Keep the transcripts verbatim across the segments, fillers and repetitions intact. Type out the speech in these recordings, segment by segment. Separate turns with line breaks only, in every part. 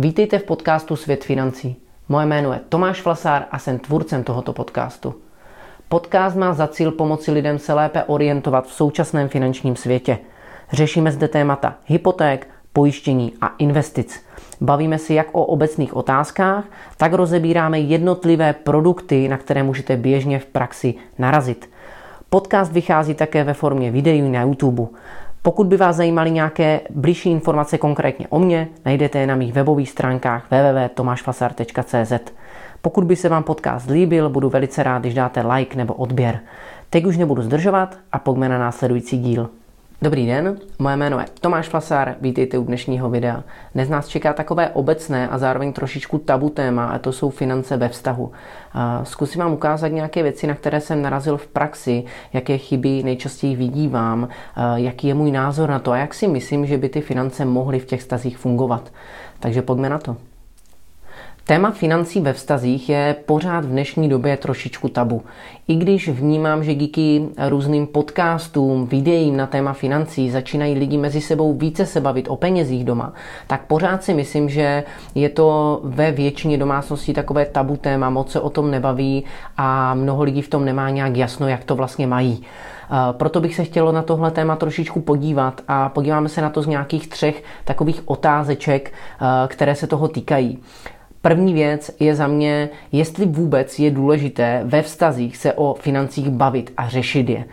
Vítejte v podcastu Svět financí. Moje jméno je Tomáš Vlasár a jsem tvůrcem tohoto podcastu. Podcast má za cíl pomoci lidem se lépe orientovat v současném finančním světě. Řešíme zde témata hypoték, pojištění a investic. Bavíme si jak o obecných otázkách, tak rozebíráme jednotlivé produkty, na které můžete běžně v praxi narazit. Podcast vychází také ve formě videí na YouTube. Pokud by vás zajímaly nějaké bližší informace konkrétně o mně, najdete je na mých webových stránkách w w w tečka tomaš vlasar tečka c z. Pokud by se vám podcast líbil, budu velice rád, když dáte like nebo odběr. Teď už nebudu zdržovat a pojďme na následující díl. Dobrý den, moje jméno je Tomáš Vlasár, vítejte u dnešního videa. Dnes nás čeká takové obecné a zároveň trošičku tabu téma, a to jsou finance ve vztahu. Zkusím vám ukázat nějaké věci, na které jsem narazil v praxi, jaké chyby nejčastěji vidívám, jaký je můj názor na to a jak si myslím, že by ty finance mohly v těch vztazích fungovat. Takže pojďme na to. Téma financí ve vztazích je pořád v dnešní době trošičku tabu. I když vnímám, že díky různým podcastům, videím na téma financí začínají lidi mezi sebou více se bavit o penězích doma, tak pořád si myslím, že je to ve většině domácností takové tabu téma, moc se o tom nebaví a mnoho lidí v tom nemá nějak jasno, jak to vlastně mají. Proto bych se chtělo na tohle téma trošičku podívat a podíváme se na to z nějakých třech takových otázeček, které se toho týkají. První věc je za mě, jestli vůbec je důležité ve vztazích se o financích bavit a řešit je.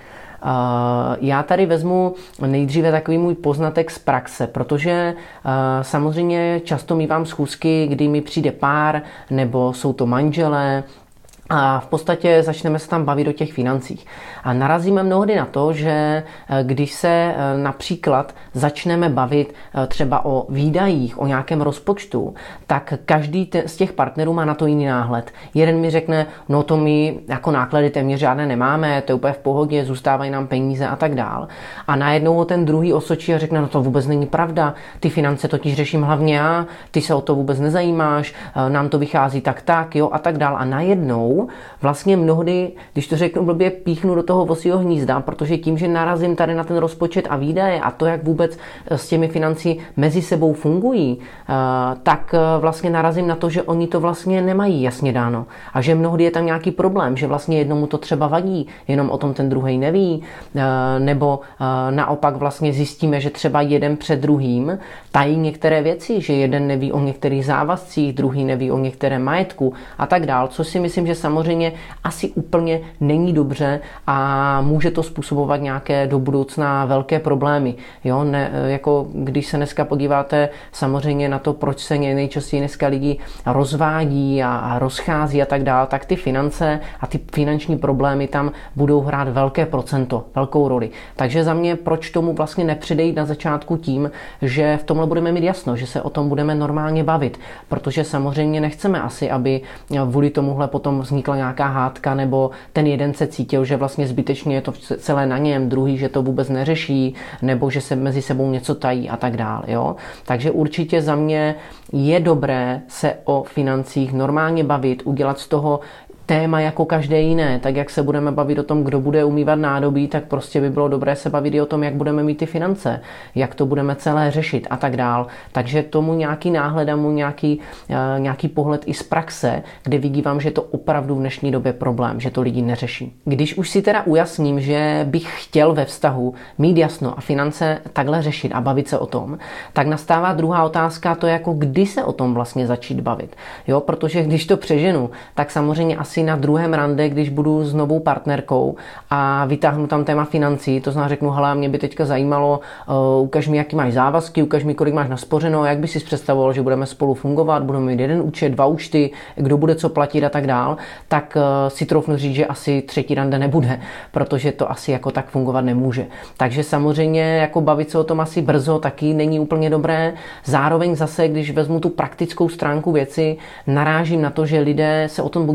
Já tady vezmu nejdříve takový můj poznatek z praxe, protože samozřejmě často mívám schůzky, kdy mi přijde pár nebo jsou to manželé, a v podstatě začneme se tam bavit o těch financích. A narazíme mnohdy na to, že když se například začneme bavit třeba o výdajích, o nějakém rozpočtu, tak každý z těch partnerů má na to jiný náhled. Jeden mi řekne, no to my jako náklady téměř žádné nemáme, to je úplně v pohodě, zůstávají nám peníze a tak dál. A najednou ho ten druhý osočí a řekne, no to vůbec není pravda, ty finance totiž řeším hlavně já, ty se o to vůbec nezajímáš, nám to vychází tak tak, jo a tak dál. A najednou vlastně mnohdy, když to řeknu blbě, píchnu do toho vosího hnízda, protože tím, že narazím tady na ten rozpočet a výdaje a to, jak vůbec s těmi financí mezi sebou fungují, tak vlastně narazím na to, že oni to vlastně nemají jasně dáno. A že mnohdy je tam nějaký problém, že vlastně jednomu to třeba vadí, jenom o tom ten druhej neví, nebo naopak vlastně zjistíme, že třeba jeden před druhým tají některé věci, že jeden neví o některých závazcích, druhý neví o některém majetku a tak dál, což si myslím, že samozřejmě asi úplně není dobře a může to způsobovat nějaké do budoucna velké problémy. Jo, ne, jako když se dneska podíváte samozřejmě na to, proč se nejčastěji dneska lidi rozvádí a, a rozchází a tak dále, tak ty finance a ty finanční problémy tam budou hrát velké procento, velkou roli. Takže za mě, proč tomu vlastně nepředejít na začátku tím, že v tomhle budeme mít jasno, že se o tom budeme normálně bavit, protože samozřejmě nechceme asi, aby kvůli tomuhle potom vznikla nějaká hádka, nebo ten jeden se cítil, že vlastně zbytečně je to celé na něm, druhý, že to vůbec neřeší, nebo že se mezi sebou něco tají a tak dále. Jo? Takže určitě za mě je dobré se o financích normálně bavit, udělat z toho téma jako každé jiné, tak jak se budeme bavit o tom, kdo bude umývat nádobí, tak prostě by bylo dobré se bavit i o tom, jak budeme mít ty finance, jak to budeme celé řešit a tak dál. Takže tomu nějaký náhled a mu nějaký, uh, nějaký pohled i z praxe, kde vidím, že je to opravdu v dnešní době problém, že to lidi neřeší. Když už si teda ujasním, že bych chtěl ve vztahu mít jasno a finance takhle řešit a bavit se o tom, tak nastává druhá otázka, to je jako kdy se o tom vlastně začít bavit. Jo, protože když to přeženu, tak samozřejmě asi na druhém rande, když budu s novou partnerkou a vytáhnu tam téma financí, to znamená řeknu, hele, mě by teďka zajímalo, uh, ukaž mi, jaký máš závazky, ukaž mi, kolik máš naspořeno, jak by si představoval, že budeme spolu fungovat, budeme mít jeden účet, dva účty, kdo bude co platit a tak dál, tak uh, si troufnu říct, že asi třetí rande nebude, protože to asi jako tak fungovat nemůže. Takže samozřejmě jako bavit se o tom asi brzo taky není úplně dobré. Zároveň zase, když vezmu tu praktickou stránku věci, narážím na to, že lidé se o tom buď nebaví vůbec,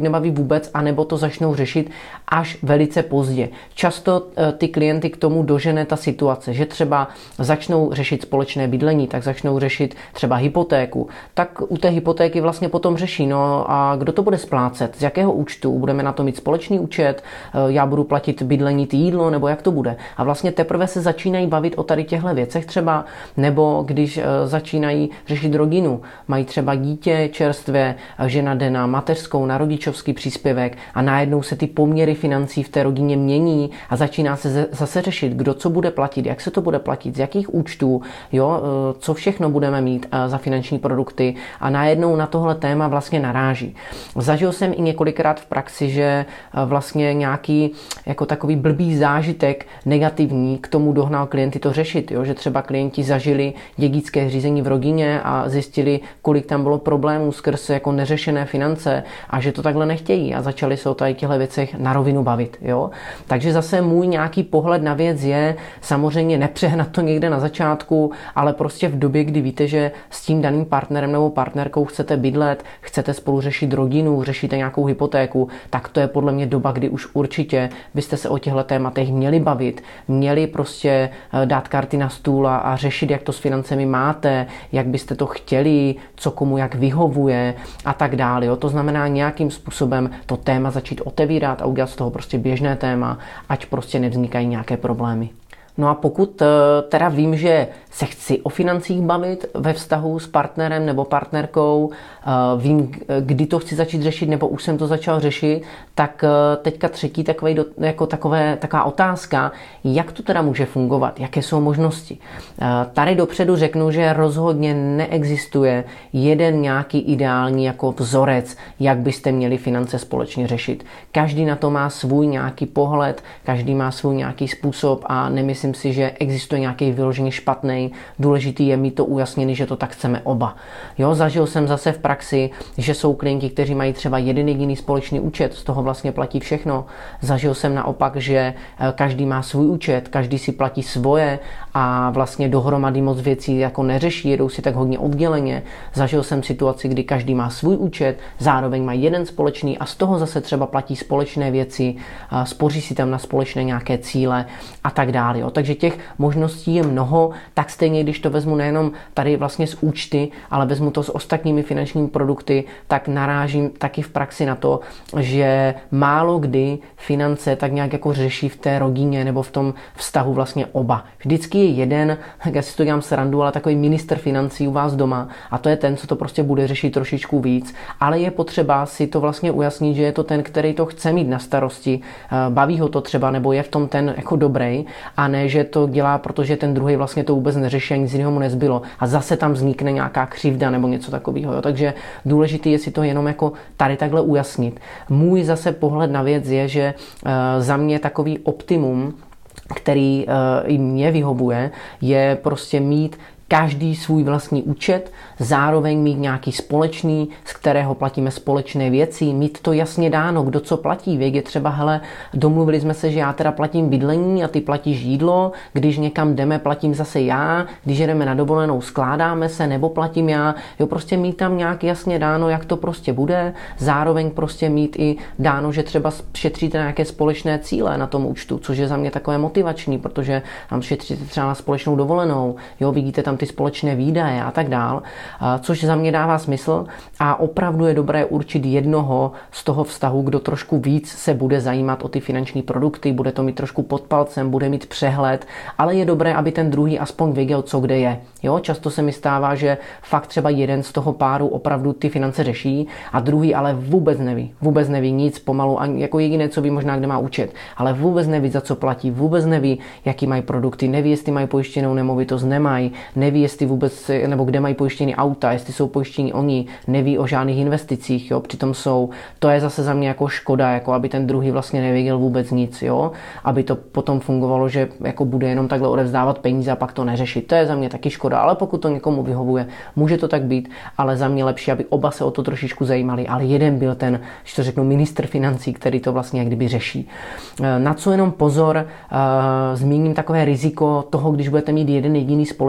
vůbec, anebo to začnou řešit až velice pozdě. Často ty klienty k tomu dožene ta situace, že třeba začnou řešit společné bydlení, tak začnou řešit třeba hypotéku. Tak u té hypotéky vlastně potom řeší, no a kdo to bude splácet, z jakého účtu, budeme na to mít společný účet, já budu platit bydlení, ty jídlo, nebo jak to bude. A vlastně teprve se začínají bavit o tady těchto věcech třeba, nebo když začínají řešit rodinu, mají třeba dítě čerstvě, žena jde na mateřskou, na rodičovský příspěvek a najednou se ty poměry financí v té rodině mění a začíná se zase řešit, kdo co bude platit, jak se to bude platit, z jakých účtů, jo, co všechno budeme mít za finanční produkty a najednou na tohle téma vlastně naráží. Zažil jsem i několikrát v praxi, že vlastně nějaký jako takový blbý zážitek negativní k tomu dohnal klienty to řešit, jo, že třeba klienti zažili dědické řízení v rodině a zjistili, kolik tam bylo problémů skrz jako neřešené finance a že to takhle nechtějí a začali se o tady těchto věcech na rovinu bavit. Jo? Takže zase můj nějaký pohled na věc je samozřejmě nepřehnat to někde na začátku, ale prostě v době, kdy víte, že s tím daným partnerem nebo partnerkou chcete bydlet, chcete spolu řešit rodinu, řešíte nějakou hypotéku, tak to je podle mě doba, kdy už určitě byste se o těchto tématech měli bavit, měli prostě dát karty na stůl a, a řešit, jak to s financemi máte, jak byste to chtěli, co komu jak vyhovuje a tak dále. Jo? To znamená nějakým způsobem to téma začít otevírat a udělat z toho prostě běžné téma, ať prostě nevznikají nějaké problémy. No a pokud teda vím, že se chci o financích bavit ve vztahu s partnerem nebo partnerkou, vím, kdy to chci začít řešit, nebo už jsem to začal řešit, tak teďka třetí takový, jako takové, taková otázka, jak to teda může fungovat, jaké jsou možnosti. Tady dopředu řeknu, že rozhodně neexistuje jeden nějaký ideální jako vzorec, jak byste měli finance společně řešit. Každý na to má svůj nějaký pohled, každý má svůj nějaký způsob a nemyslím si, že existuje nějaký vyloženě špatný. Důležitý je mít to ujasněný, že to tak chceme oba. Jo, zažil jsem zase v praxi, že jsou klienti, kteří mají třeba jeden jediný společný účet, z toho vlastně platí všechno. Zažil jsem naopak, že každý má svůj účet, každý si platí svoje a vlastně dohromady moc věcí jako neřeší, jedou si tak hodně odděleně. Zažil jsem situaci, kdy každý má svůj účet, zároveň má jeden společný a z toho zase třeba platí společné věci, spoří si tam na společné nějaké cíle a tak dále. Jo. Takže těch možností je mnoho, tak stejně, když to vezmu nejenom tady vlastně z účty, ale vezmu to s ostatními finančními produkty, tak narážím taky v praxi na to, že málo kdy finance tak nějak jako řeší v té rodině nebo v tom vztahu vlastně oba. Vždycky je jeden, já si to dělám srandu, ale takový ministr financí u vás doma a to je ten, co to prostě bude řešit trošičku víc, ale je potřeba si to vlastně ujasnit, že je to ten, který to chce mít na starosti, baví ho to třeba, nebo je v tom ten jako dobrý a ne, že to dělá, protože ten druhý vlastně to vůbec neřeší a nic jiného mu nezbylo a zase tam vznikne nějaká křivda nebo něco takového. Jo. Takže důležité je si to jenom jako tady takhle ujasnit. Můj zase pohled na věc je, že uh, za mě takový optimum, který uh, i mě vyhovuje, je prostě mít každý svůj vlastní účet, zároveň mít nějaký společný, z kterého platíme společné věci, mít to jasně dáno, kdo co platí. Vědět třeba, hele, domluvili jsme se, že já teda platím bydlení a ty platíš jídlo, když někam jdeme, platím zase já, když jdeme na dovolenou, skládáme se, nebo platím já. Jo, prostě mít tam nějak jasně dáno, jak to prostě bude, zároveň prostě mít i dáno, že třeba šetříte nějaké společné cíle na tom účtu, což je za mě takové motivační, protože tam šetříte třeba na společnou dovolenou, jo, vidíte tam ty společné výdaje a tak dál, což za mě dává smysl a opravdu je dobré určit jednoho z toho vztahu, kdo trošku víc se bude zajímat o ty finanční produkty, bude to mít trošku pod palcem, bude mít přehled, ale je dobré, aby ten druhý aspoň věděl, co kde je. Jo, často se mi stává, že fakt třeba jeden z toho páru opravdu ty finance řeší a druhý ale vůbec neví, vůbec neví nic pomalu, ani jako jediné, co ví možná, kde má účet, ale vůbec neví, za co platí, vůbec neví, jaký mají produkty, neví, jestli mají pojištěnou nemovitost, nemají, neví, jestli vůbec, nebo kde mají pojištění auta, jestli jsou pojištění oni, neví o žádných investicích, jo, přitom jsou, to je zase za mě jako škoda, jako aby ten druhý vlastně nevěděl vůbec nic, jo, aby to potom fungovalo, že jako bude jenom takhle odevzdávat peníze a pak to neřešit, to je za mě taky škoda, ale pokud to někomu vyhovuje, může to tak být, ale za mě lepší, aby oba se o to trošičku zajímali, ale jeden byl ten, že to řeknu, ministr financí, který to vlastně jak kdyby řeší. Na co jenom pozor, zmíním takové riziko toho, když budete mít jeden jediný společný účet,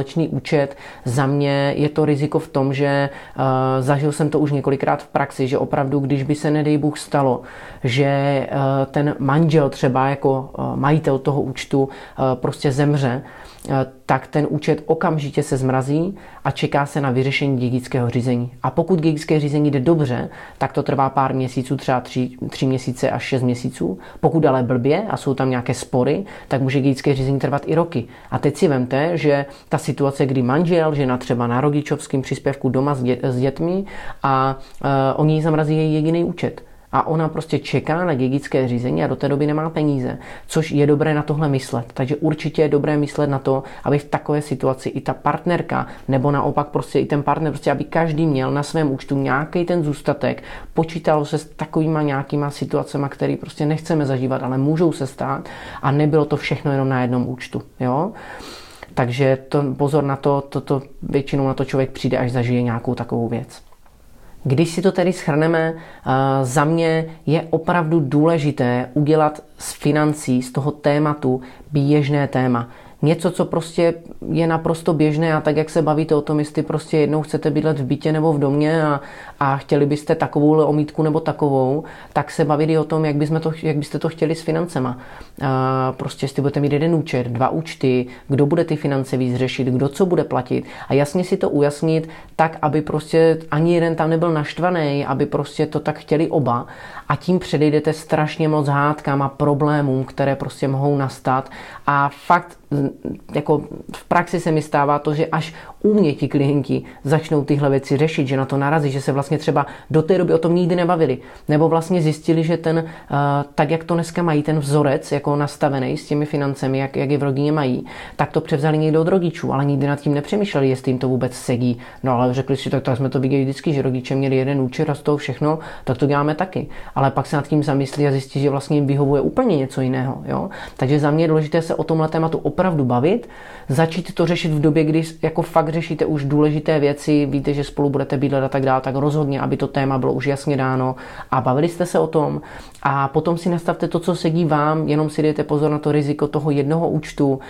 účet. Za mě je to riziko v tom, že uh, zažil jsem to už několikrát v praxi, že opravdu, když by se nedej Bůh stalo, že uh, ten manžel třeba jako uh, majitel toho účtu uh, prostě zemře, tak ten účet okamžitě se zmrazí a čeká se na vyřešení dědického řízení. A pokud dědické řízení jde dobře, tak to trvá pár měsíců, třeba tři, tři měsíce až šest měsíců. Pokud ale blbě a jsou tam nějaké spory, tak může dědické řízení trvat i roky. A teď si vemte, že ta situace, kdy manžel, žena třeba na rodičovském příspěvku doma s, dě, s dětmi a uh, oni jí zamrazí její jediný účet. A ona prostě čeká na dědické řízení a do té doby nemá peníze, což je dobré na tohle myslet. Takže určitě je dobré myslet na to, aby v takové situaci i ta partnerka, nebo naopak prostě i ten partner, prostě aby každý měl na svém účtu nějaký ten zůstatek, počítalo se s takovýma nějakýma situacemi, které prostě nechceme zažívat, ale můžou se stát a nebylo to všechno jenom na jednom účtu. Jo? Takže to, pozor na to, to, to, většinou na to člověk přijde, až zažije nějakou takovou věc. Když si to tedy shrneme, za mě je opravdu důležité udělat z financí, z toho tématu běžné téma. Něco, co prostě je naprosto běžné a tak, jak se bavíte o tom, jestli prostě jednou chcete bydlet v bytě nebo v domě a, a chtěli byste takovou omítku nebo takovou, tak se bavit i o tom, jak, bychom to, jak byste to chtěli s financema. A prostě jestli budete mít jeden účet, dva účty, kdo bude ty finance víc řešit, kdo co bude platit a jasně si to ujasnit tak, aby prostě ani jeden tam nebyl naštvaný, aby prostě to tak chtěli oba a tím předejdete strašně moc hádkám a problémům, které prostě mohou nastat a fakt jako v praxi se mi stává to, že až u mě ti klienti začnou tyhle věci řešit, že na to narazí, že se vlastně třeba do té doby o tom nikdy nebavili, nebo vlastně zjistili, že ten, tak jak to dneska mají, ten vzorec jako nastavený s těmi financemi, jak, jak je v rodině mají, tak to převzali někdo od rodičů, ale nikdy nad tím nepřemýšleli, jestli jim to vůbec sedí. No ale řekli si, tak, tak jsme to viděli vždycky, že rodiče měli jeden účet a z toho všechno, tak to děláme taky. Ale pak se nad tím zamyslí a zjistí, že vlastně jim vyhovuje úplně něco jiného. Jo? Takže za mě je důležité se o tomhle tématu opravdu bavit, začít to řešit v době, kdy jako fakt řešíte už důležité věci, víte, že spolu budete bydlet a tak dále, tak rozhodně, aby to téma bylo už jasně dáno a bavili jste se o tom a potom si nastavte to, co sedí vám, jenom si dejte pozor na to riziko toho jednoho účtu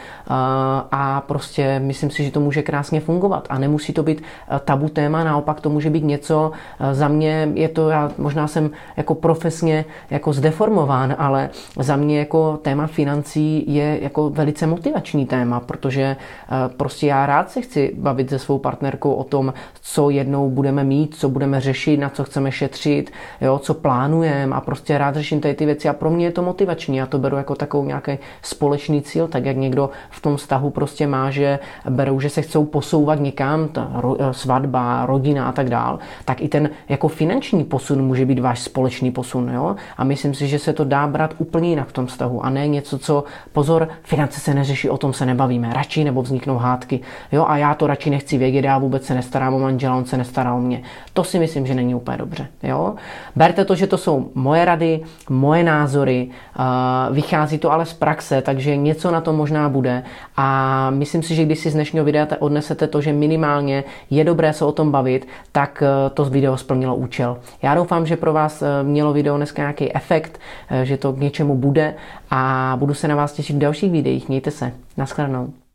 a prostě myslím si, že to může krásně fungovat a nemusí to být tabu téma, naopak to může být něco, za mě je to, já možná jsem jako profesně jako zdeformován, ale za mě jako téma financí je jako velice motivační téma, protože prostě já rád se chci bavit se svou partnerkou o tom, co jednou budeme mít, co budeme řešit, na co chceme šetřit, jo, co plánujeme a prostě rád řeším tady ty věci a pro mě je to motivační. Já to beru jako takovou nějaký společný cíl, tak jak někdo v tom vztahu prostě má, že berou, že se chcou posouvat někam, ta svatba, rodina a tak dál, tak i ten jako finanční posun může být váš společný posun, jo? A myslím si, že se to dá brát úplně jinak v tom vztahu a ne něco, co pozor, finance se neřeší, o tom se nebavíme, radši nebo vzniknou hádky, jo? A já to radši nechci vědět, já vůbec se nestarám o manžela, on se nestará o mě. To si myslím, že není úplně dobře, jo? Berte to, že to jsou moje rady, moje názory, vychází to ale z praxe, takže něco na to možná bude a myslím si, že když si z dnešního videa odnesete to, že minimálně je dobré se o tom bavit, tak to video splnilo účel. Já doufám, že pro vás mělo video dneska nějaký efekt, že to k něčemu bude a budu se na vás těšit v dalších videích. Mějte se. Naschledanou.